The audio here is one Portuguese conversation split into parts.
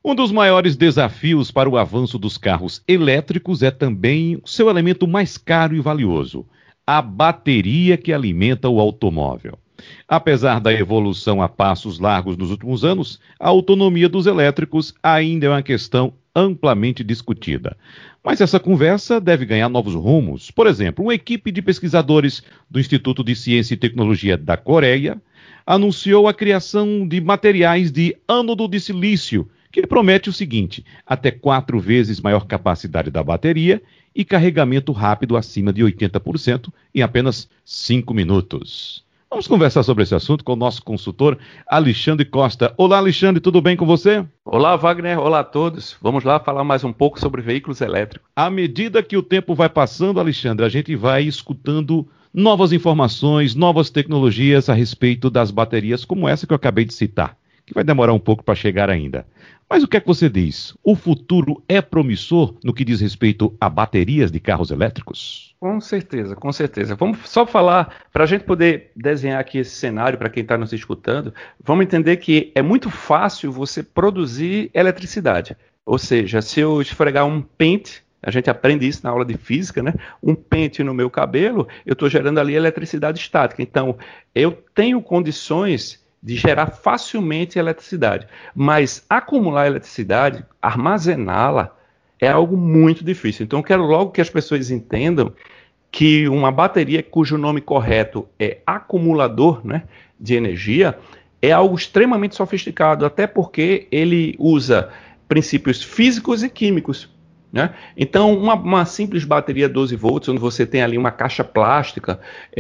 Um dos maiores desafios para o avanço dos carros elétricos é também o seu elemento mais caro e valioso, a bateria que alimenta o automóvel. Apesar da evolução a passos largos nos últimos anos, a autonomia dos elétricos ainda é uma questão amplamente discutida. Mas essa conversa deve ganhar novos rumos. Por exemplo, uma equipe de pesquisadores do Instituto de Ciência e Tecnologia da Coreia anunciou a criação de materiais de ânodo de silício, que promete o seguinte: até 4 vezes maior capacidade da bateria e carregamento rápido acima de 80% em apenas 5 minutos. Vamos conversar sobre esse assunto com o nosso consultor Alexandre Costa. Olá, Alexandre, tudo bem com você? Olá, Wagner. Olá a todos. Vamos lá falar mais um pouco sobre veículos elétricos. À medida que o tempo vai passando, Alexandre, a gente vai escutando novas informações, novas tecnologias a respeito das baterias, como essa que eu acabei de citar, que vai demorar um pouco para chegar ainda. Mas o que é que você diz? O futuro é promissor no que diz respeito a baterias de carros elétricos? Com certeza, com certeza. Vamos só falar, para a gente poder desenhar aqui esse cenário para quem está nos escutando, vamos entender que é muito fácil você produzir eletricidade. Ou seja, se eu esfregar um pente, a gente aprende isso na aula de física, né? Um pente no meu cabelo, eu estou gerando ali eletricidade estática. Então, eu tenho condições de gerar facilmente eletricidade. Mas acumular eletricidade, armazená-la, é algo muito difícil. Então, eu quero logo que as pessoas entendam que uma bateria cujo nome correto é acumulador, né, de energia, é algo extremamente sofisticado, até porque ele usa princípios físicos e químicos, né? Então, uma simples bateria 12 volts, onde você tem ali uma caixa plástica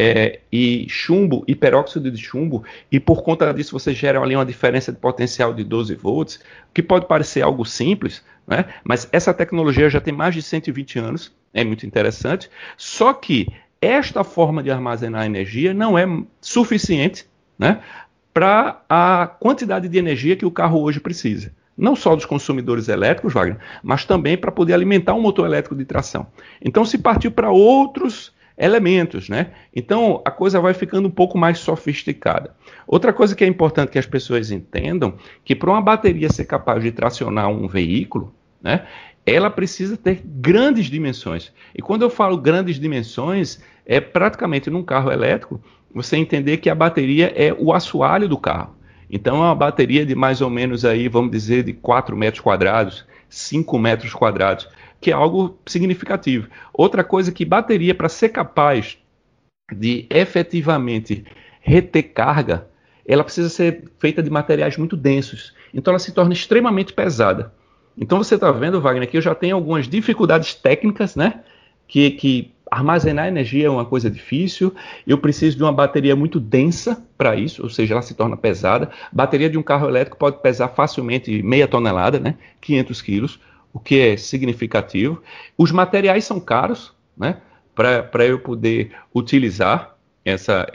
e chumbo e peróxido de chumbo, e por conta disso você gera ali uma diferença de potencial de 12 volts, que pode parecer algo simples, né? Mas essa tecnologia já tem mais de 120 anos, é muito interessante, só que esta forma de armazenar energia não é suficiente, né, para a quantidade de energia que o carro hoje precisa. Não só dos consumidores elétricos, Wagner, mas também para poder alimentar um motor elétrico de tração. Então se partiu para outros elementos, né? Então a coisa vai ficando um pouco mais sofisticada. Outra coisa que é importante que as pessoas entendam, que para uma bateria ser capaz de tracionar um veículo, né, ela precisa ter grandes dimensões. E quando eu falo grandes dimensões, é praticamente num carro elétrico, você entender que a bateria é o assoalho do carro. Então é uma bateria de mais ou menos aí, vamos dizer, de 4 metros quadrados, 5 metros quadrados, que é algo significativo. Outra coisa que bateria, para ser capaz de efetivamente reter carga, ela precisa ser feita de materiais muito densos. Então ela se torna extremamente pesada. Então você está vendo, Wagner, que eu já tenho algumas dificuldades técnicas, né? Que armazenar energia é uma coisa difícil, eu preciso de uma bateria muito densa para isso, ou seja, ela se torna pesada. Bateria de um carro elétrico pode pesar facilmente meia tonelada, né? 500 quilos, o que é significativo. Os materiais são caros, né? Para eu poder utilizar essa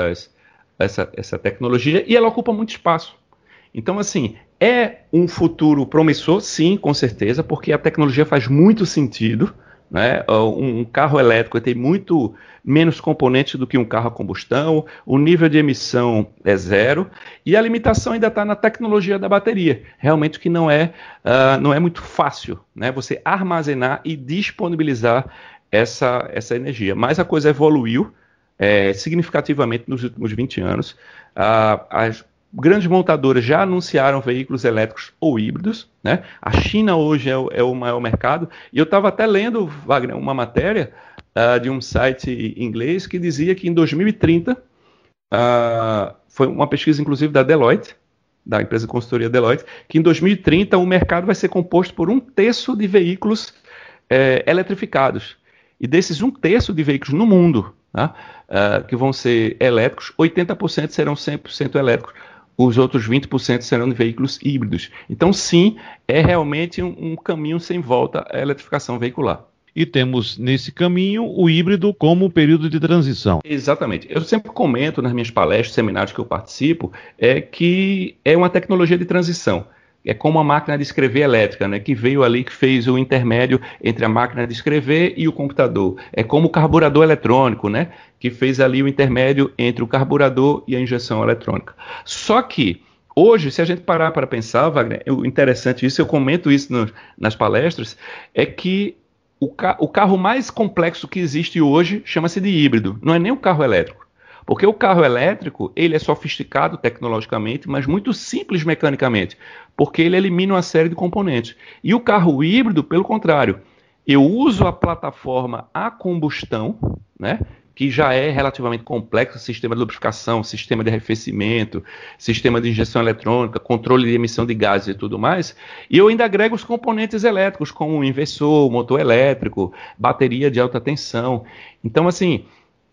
tecnologia, e ela ocupa muito espaço. Então, assim, é um futuro promissor, sim, com certeza, porque a tecnologia faz muito sentido, né? Um carro elétrico tem muito menos componentes do que um carro a combustão, o nível de emissão é zero, e a limitação ainda está na tecnologia da bateria. Realmente que não é muito fácil, né, você armazenar e disponibilizar essa energia. Mas a coisa evoluiu significativamente nos últimos 20 anos. As grandes montadoras já anunciaram veículos elétricos ou híbridos, né? A China hoje é o maior mercado. E eu estava até lendo, Wagner, uma matéria de um site inglês que dizia que em 2030, foi uma pesquisa inclusive da Deloitte, da empresa de consultoria Deloitte, que em 2030 o mercado vai ser composto por 1/3 de veículos eletrificados. E desses 1/3 de veículos no mundo, tá, que vão ser elétricos, 80% serão 100% elétricos. Os outros 20% serão de veículos híbridos. Então, sim, é realmente um caminho sem volta à eletrificação veicular. E temos nesse caminho o híbrido como período de transição. Exatamente. Eu sempre comento nas minhas palestras, seminários que eu participo, que é uma tecnologia de transição. É como a máquina de escrever elétrica, né, que veio ali, que fez o intermédio entre a máquina de escrever e o computador. É como o carburador eletrônico, né, que fez ali o intermédio entre o carburador e a injeção eletrônica. Só que Hoje, se a gente parar para pensar, Wagner, o interessante isso, eu comento isso nas palestras, é que o carro mais complexo que existe hoje chama-se de híbrido, não é nem o carro elétrico. Porque o carro elétrico, ele é sofisticado tecnologicamente, mas muito simples mecanicamente, porque ele elimina uma série de componentes. E o carro híbrido, pelo contrário, eu uso a plataforma a combustão, né, que já é relativamente complexo, sistema de lubrificação, sistema de arrefecimento, sistema de injeção eletrônica, controle de emissão de gases e tudo mais, e eu ainda agrego os componentes elétricos, como o inversor, motor elétrico, bateria de alta tensão. Então, assim,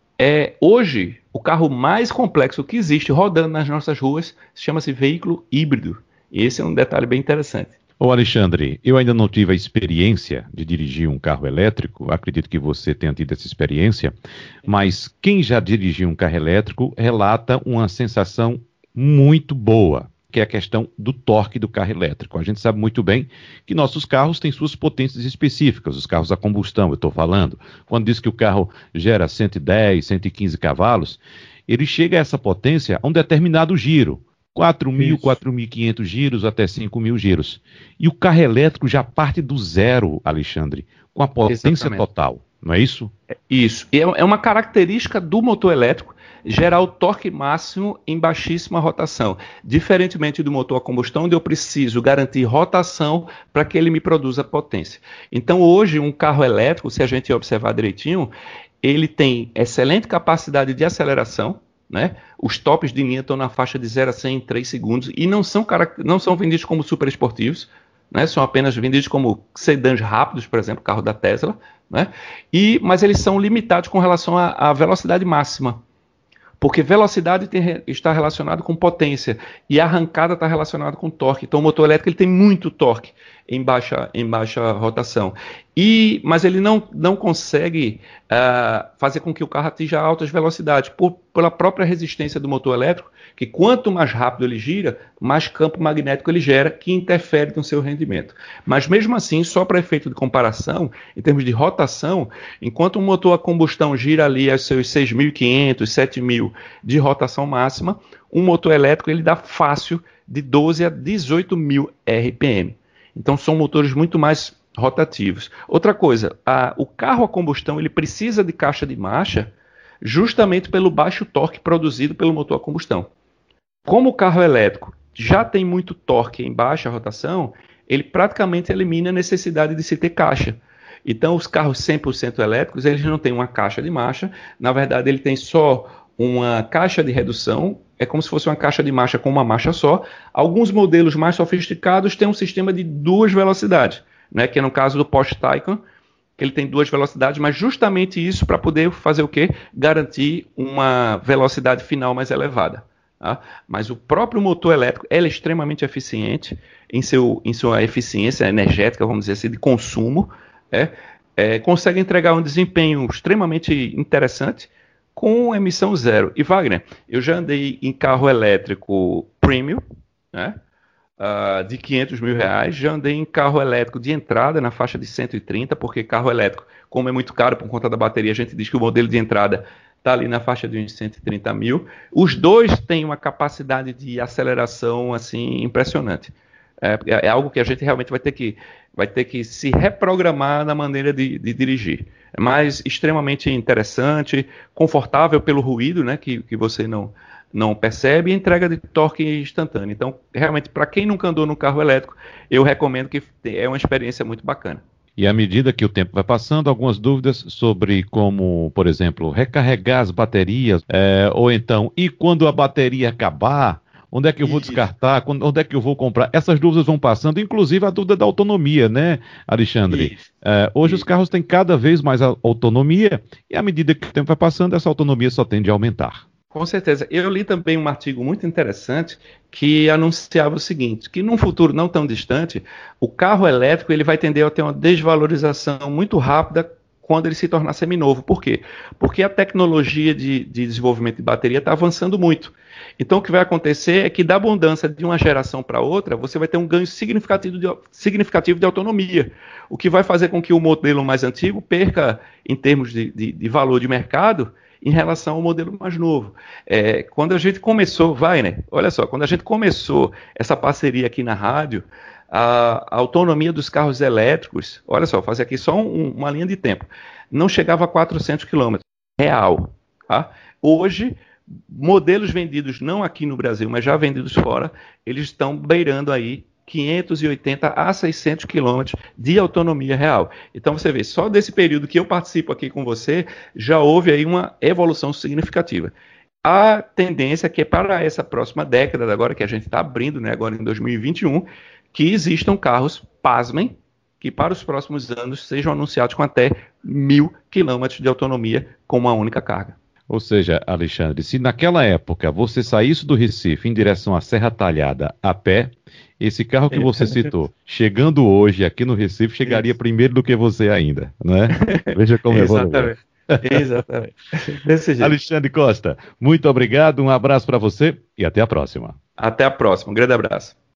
hoje, o carro mais complexo que existe rodando nas nossas ruas chama-se veículo híbrido. Esse é um detalhe bem interessante. Ô Alexandre, eu ainda não tive a experiência de dirigir um carro elétrico, acredito que você tenha tido essa experiência, mas quem já dirigiu um carro elétrico relata uma sensação muito boa, que é a questão do torque do carro elétrico. A gente sabe muito bem que nossos carros têm suas potências específicas, os carros a combustão, eu estou falando. Quando diz que o carro gera 110, 115 cavalos, ele chega a essa potência a um determinado giro. 4.000, 4.500 giros até 5.000 giros. E o carro elétrico já parte do zero, Alexandre, com a potência Exatamente. Total, não é isso? Isso. E é uma característica do motor elétrico gerar o torque máximo em baixíssima rotação. Diferentemente do motor a combustão, onde eu preciso garantir rotação para que ele me produza potência. Então, hoje, um carro elétrico, se a gente observar direitinho, ele tem excelente capacidade de aceleração, né? Os tops de linha estão na faixa de 0 a 100 em 3 segundos e não são vendidos como super esportivos, né? São apenas vendidos como sedãs rápidos, por exemplo, o carro da Tesla, né? Mas eles são limitados com relação à velocidade máxima, porque velocidade está relacionado com potência e a arrancada está relacionada com torque. Então o motor elétrico ele tem muito torque em baixa rotação. Mas ele não consegue fazer com que o carro atinja altas velocidades, pela própria resistência do motor elétrico, que quanto mais rápido ele gira, mais campo magnético ele gera, que interfere no seu rendimento. Mas mesmo assim, só para efeito de comparação, em termos de rotação, enquanto um motor a combustão gira ali aos seus 6.500, 7.000 de rotação máxima, um motor elétrico ele dá fácil de 12 a 18.000 RPM. Então são motores muito mais rotativos. Outra coisa, o carro a combustão ele precisa de caixa de marcha justamente pelo baixo torque produzido pelo motor a combustão. Como o carro elétrico já tem muito torque em baixa rotação, ele praticamente elimina a necessidade de se ter caixa. Então os carros 100% elétricos eles não têm uma caixa de marcha, na verdade ele tem só uma caixa de redução, é como se fosse uma caixa de marcha com uma marcha só. Alguns modelos mais sofisticados têm um sistema de 2 velocidades, né, que é no caso do Porsche Taycan, que ele tem 2 velocidades, mas justamente isso para poder fazer o quê? Garantir uma velocidade final mais elevada. Tá? Mas o próprio motor elétrico ele é extremamente eficiente em sua eficiência energética, vamos dizer assim, de consumo, consegue entregar um desempenho extremamente interessante, com emissão zero. E Wagner, eu já andei em carro elétrico premium, né, de R$500.000, já andei em carro elétrico de entrada na faixa de 130, porque carro elétrico, como é muito caro por conta da bateria, a gente diz que o modelo de entrada está ali na faixa de uns 130 mil. Os dois têm uma capacidade de aceleração assim impressionante. É algo que a gente realmente vai ter que se reprogramar na maneira de dirigir. É mais extremamente interessante, confortável pelo ruído, né, que você não percebe, e entrega de torque instantâneo. Então, realmente, para quem nunca andou no carro elétrico, eu recomendo que é uma experiência muito bacana. E à medida que o tempo vai passando, algumas dúvidas sobre como, por exemplo, recarregar as baterias, ou então, e quando a bateria acabar, onde é que eu vou descartar? Onde é que eu vou comprar? Essas dúvidas vão passando, inclusive a dúvida da autonomia, né, Alexandre? Hoje os carros têm cada vez mais autonomia e à medida que o tempo vai passando, essa autonomia só tende a aumentar. Com certeza. Eu li também um artigo muito interessante que anunciava o seguinte, que num futuro não tão distante, o carro elétrico ele vai tender a ter uma desvalorização muito rápida quando ele se tornar seminovo. Por quê? Porque a tecnologia de desenvolvimento de bateria está avançando muito. Então, o que vai acontecer é que, da abundância de uma geração para outra, você vai ter um ganho significativo de autonomia, o que vai fazer com que o modelo mais antigo perca, em termos de valor de mercado, em relação ao modelo mais novo. Quando a gente começou, olha só, quando a gente começou essa parceria aqui na rádio, a autonomia dos carros elétricos, olha só, vou fazer aqui só uma linha de tempo, não chegava a 400 quilômetros, real. Tá? Hoje, modelos vendidos não aqui no Brasil, mas já vendidos fora, eles estão beirando aí 580 a 600 quilômetros de autonomia real. Então você vê, só desse período que eu participo aqui com você, já houve aí uma evolução significativa. A tendência é que para essa próxima década, agora que a gente está abrindo, né, agora em 2021, que existam carros, pasmem, que para os próximos anos sejam anunciados com até 1.000 quilômetros de autonomia com uma única carga. Ou seja, Alexandre, se naquela época você saísse do Recife em direção à Serra Talhada a pé, esse carro que você citou, chegando hoje aqui no Recife, chegaria primeiro do que você ainda, né? Veja como é bom. Exatamente. Desse jeito. Alexandre Costa, muito obrigado, um abraço para você e até a próxima. Até a próxima, um grande abraço.